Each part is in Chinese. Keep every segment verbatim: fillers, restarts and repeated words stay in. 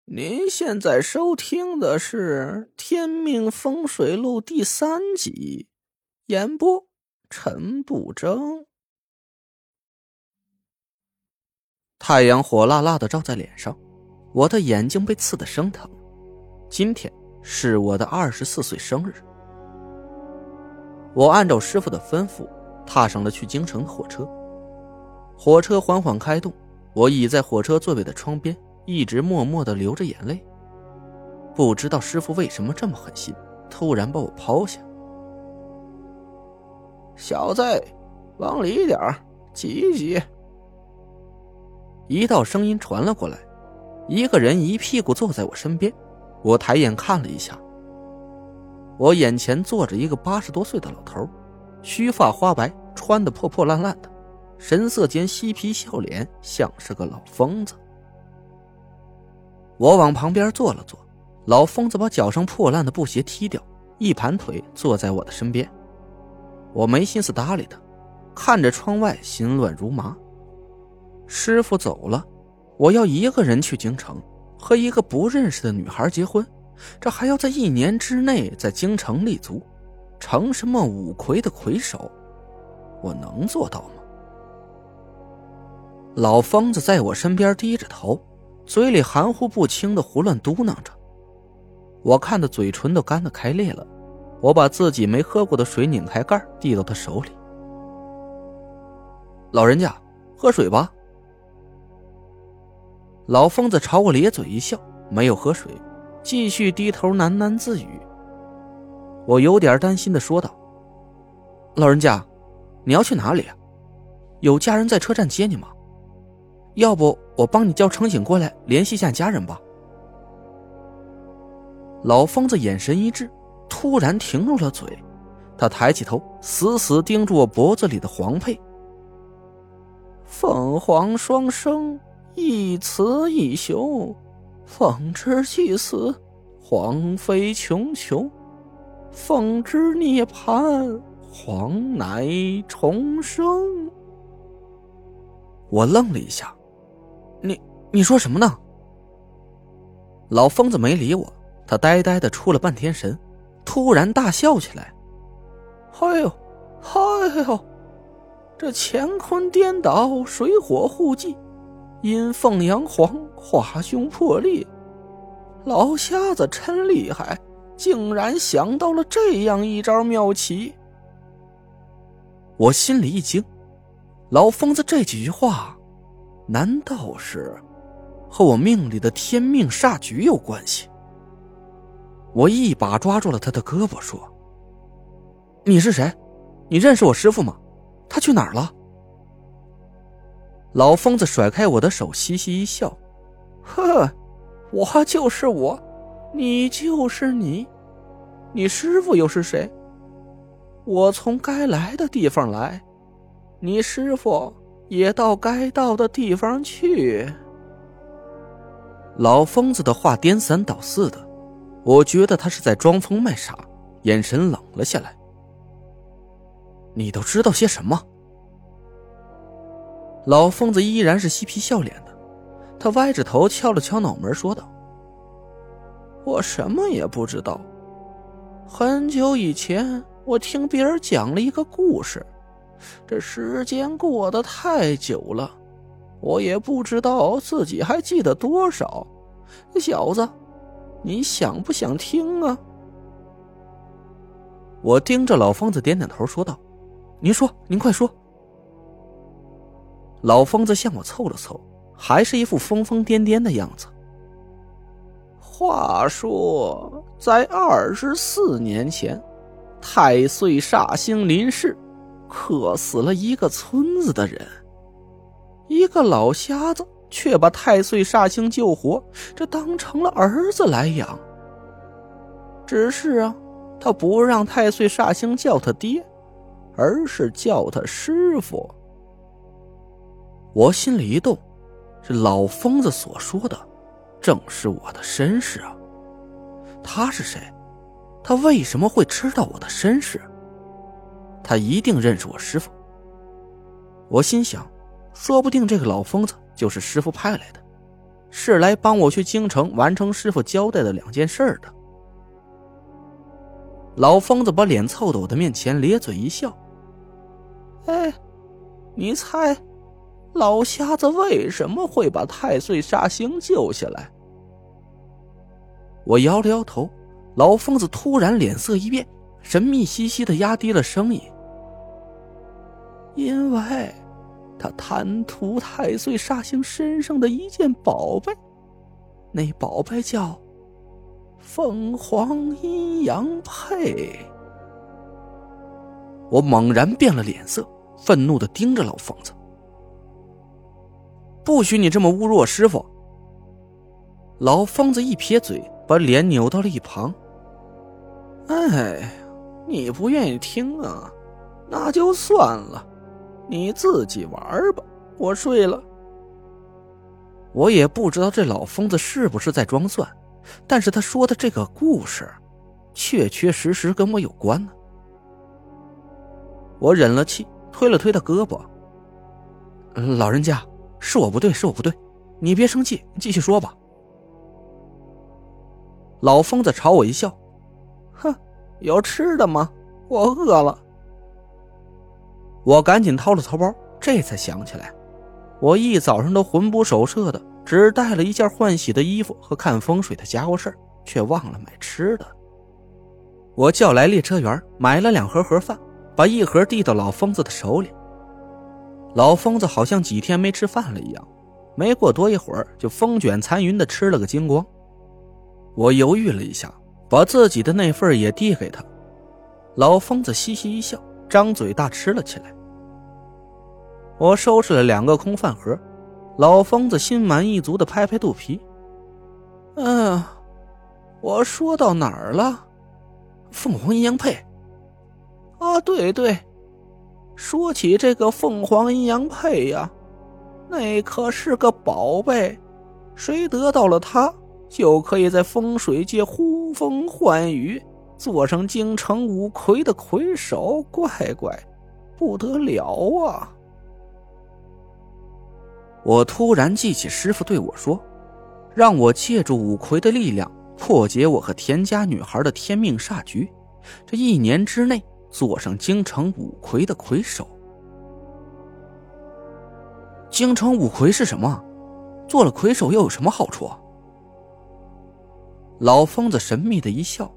您现在收听的是《天命风水录》第三集，演播陈不争。太阳火辣辣的照在脸上，我的眼睛被刺得生疼。今天是我的二十四岁生日。我按照师傅的吩咐，踏上了去京城的火车。火车缓缓开动，我倚在火车座位的窗边，一直默默地流着眼泪。不知道师傅为什么这么狠心，突然把我抛下。小子，往里一点，挤一挤。一道声音传了过来，一个人一屁股坐在我身边。我抬眼看了一下，我眼前坐着一个八十多岁的老头，须发花白，穿得破破烂烂的，神色间嬉皮笑脸，像是个老疯子。我往旁边坐了坐，老疯子把脚上破烂的布鞋踢掉，一盘腿坐在我的身边。我没心思搭理他，看着窗外，心乱如麻。师傅走了，我要一个人去京城，和一个不认识的女孩结婚，这还要在一年之内在京城立足，成什么五魁的魁首，我能做到吗？老疯子在我身边低着头，嘴里含糊不清的胡乱嘟囔着。我看的嘴唇都干得开裂了，我把自己没喝过的水拧开盖递到他手里。老人家，喝水吧。老疯子朝我咧嘴一笑，没有喝水，继续低头喃喃自语。我有点担心地说道：老人家，你要去哪里啊？有家人在车站接你吗？要不我帮你叫程醒过来联系一下家人吧。老疯子眼神一滞，突然停住了嘴，他抬起头，死死盯住我脖子里的黄佩。凤凰双生，一雌一雄，凤之既死，黄飞裘裘，凤之涅槃，黄乃重生。我愣了一下，你你说什么呢？老疯子没理我，他呆呆地出了半天神，突然大笑起来。哎呦哎呦，这乾坤颠倒，水火互济，阴凤阳黄，化凶破裂，老瞎子真厉害，竟然想到了这样一招妙棋。我心里一惊，老疯子这几句话难道是和我命里的天命煞局有关系？我一把抓住了他的胳膊说：你是谁？你认识我师父吗？他去哪儿了？老疯子甩开我的手，嘻嘻一笑：呵，我就是我，你就是你，你师父又是谁？我从该来的地方来，你师父也到该到的地方去。老疯子的话颠三倒四的，我觉得他是在装疯卖傻，眼神冷了下来。你都知道些什么？老疯子依然是嬉皮笑脸的，他歪着头敲了敲脑门说道：我什么也不知道。很久以前我听别人讲了一个故事，这时间过得太久了，我也不知道自己还记得多少。小子，你想不想听啊？我盯着老疯子点点头说道：您说，您快说。老疯子向我凑了凑，还是一副疯疯癫癫的样子。话说在二十四年前，太岁煞星临世，克死了一个村子的人。一个老瞎子却把太岁煞星救活，这当成了儿子来养。只是啊，他不让太岁煞星叫他爹，而是叫他师傅。我心里一动，这老疯子所说的正是我的身世啊！他是谁？他为什么会知道我的身世？他一定认识我师傅。我心想，说不定这个老疯子就是师傅派来的， 是来帮我去京城完成师傅交代的两件事的。老疯子把脸凑到我的面前，咧嘴一笑：“哎，你猜老瞎子为什么会把太岁煞星救下来？”我摇了摇头，老疯子突然脸色一变，神秘兮兮地压低了声音：“因为他贪图太岁煞星身上的一件宝贝，那宝贝叫凤凰阴阳佩。”我猛然变了脸色，愤怒地盯着老疯子：“不许你这么侮辱我师傅！”老疯子一撇嘴，把脸扭到了一旁：“哎，你不愿意听啊，那就算了，你自己玩吧，我睡了。”我也不知道这老疯子是不是在装蒜，但是他说的这个故事确确实实跟我有关呢。我忍了气，推了推他胳膊：“老人家，是我不对，是我不对，你别生气，继续说吧。”老疯子朝我一笑：“哼，有吃的吗？我饿了。”我赶紧掏了掏包，这才想起来，我一早上都魂不守舍的，只带了一件换洗的衣服和看风水的家伙事，却忘了买吃的。我叫来列车员，买了两盒盒饭，把一盒递到老疯子的手里。老疯子好像几天没吃饭了一样，没过多一会儿就风卷残云的吃了个精光。我犹豫了一下，把自己的那份也递给他。老疯子嘻嘻一笑，张嘴大吃了起来。我收拾了两个空饭盒，老疯子心满意足地拍拍肚皮：“嗯，我说到哪儿了？凤凰阴阳佩。啊，对对，说起这个凤凰阴阳佩呀，那可是个宝贝，谁得到了它，就可以在风水界呼风唤雨，做成京城五魁的魁首，乖乖，不得了啊！”我突然记起师傅对我说，让我借助五魁的力量破解我和田家女孩的天命煞局，这一年之内做上京城五魁的魁首。京城五魁是什么？做了魁首又有什么好处？老疯子神秘的一笑：“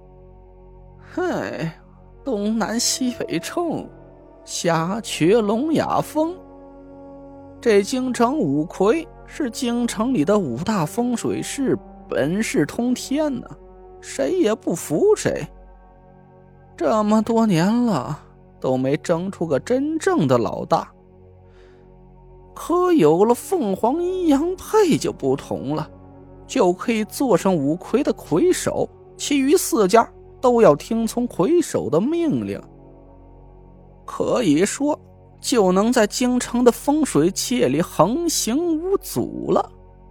嗨，东南西北冲，虾瘸龙雅风。这京城五魁是京城里的五大风水师，本事通天呢，谁也不服谁。这么多年了，都没争出个真正的老大。可有了凤凰阴阳佩就不同了，就可以做上五魁的魁首，其余四家都要听从魁首的命令。可以说，就能在京城的风水界里横行无阻了。”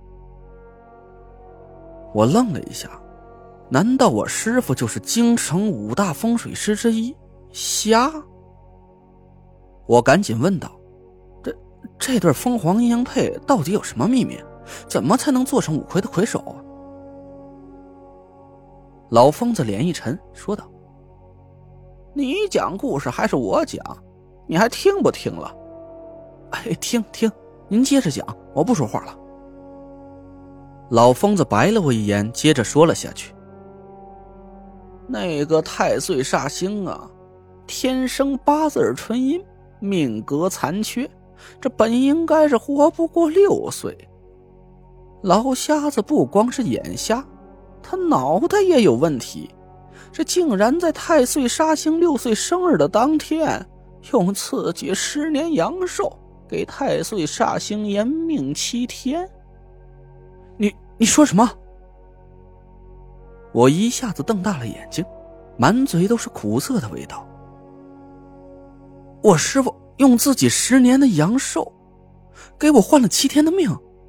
我愣了一下，难道我师父就是京城五大风水师之一虾？我赶紧问道：“这这对凤凰阴阳佩到底有什么秘密？怎么才能做成五魁的魁首啊？”老疯子脸一沉，说道：“你讲故事还是我讲？你还听不听了？”“哎，听听，您接着讲，我不说话了。”老疯子白了我一眼，接着说了下去：“那个太岁煞星啊，天生八字纯阴，命格残缺，这本应该是活不过六岁。老瞎子不光是眼瞎，他脑袋也有问题，这竟然在太岁煞星六岁生日的当天，用自己十年阳寿给太岁煞星延命七天。你你说什么？”我一下子瞪大了眼睛，满嘴都是苦涩的味道。我师父用自己十年的阳寿给我换了七天的命。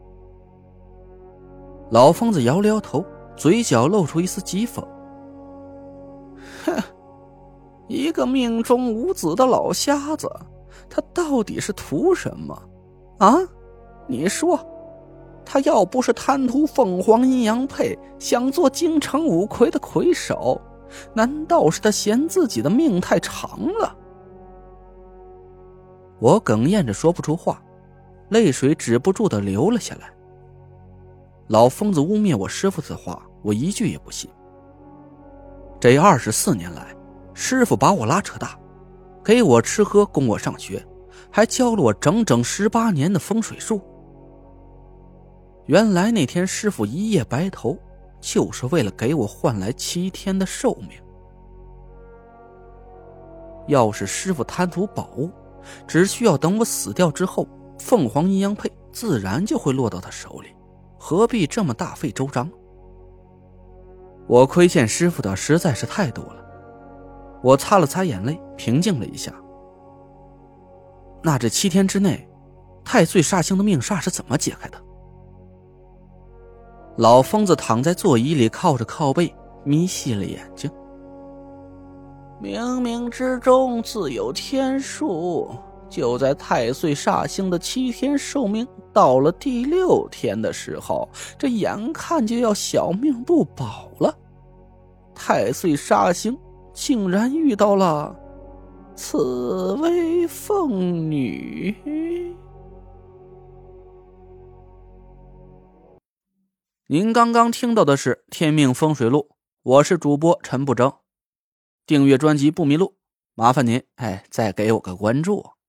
老疯子摇了摇头，嘴角露出一丝讥讽：“哼，一个命中无子的老瞎子，他到底是图什么啊？你说， 他要不是贪图凤凰阴阳配，想做京城五魁的魁首，难道是他嫌自己的命太长了？我哽咽着说不出话，泪水止不住地流了下来。老疯子污蔑我师父的话，我一句也不信。这二十四年来，师父把我拉扯大，给我吃喝，供我上学，还教了我整整十八年的风水术。原来那天师父一夜白头，就是为了给我换来七天的寿命。要是师父贪图宝物，只需要等我死掉之后，凤凰阴阳配自然就会落到他手里，何必这么大费周章？我亏欠师父的实在是太多了。我擦了擦眼泪，平静了一下。那这七天之内，太岁煞星的命煞是怎么解开的？老疯子躺在座椅里，靠着靠背，眯细了眼睛。冥冥之中自有天数，就在太岁煞星的七天寿命到了第六天的时候，这眼看就要小命不保了。太岁煞星竟然遇到了紫薇凤女。您刚刚听到的是《天命风水录》，我是主播陈不争。订阅专辑不迷路，麻烦您哎再给我个关注。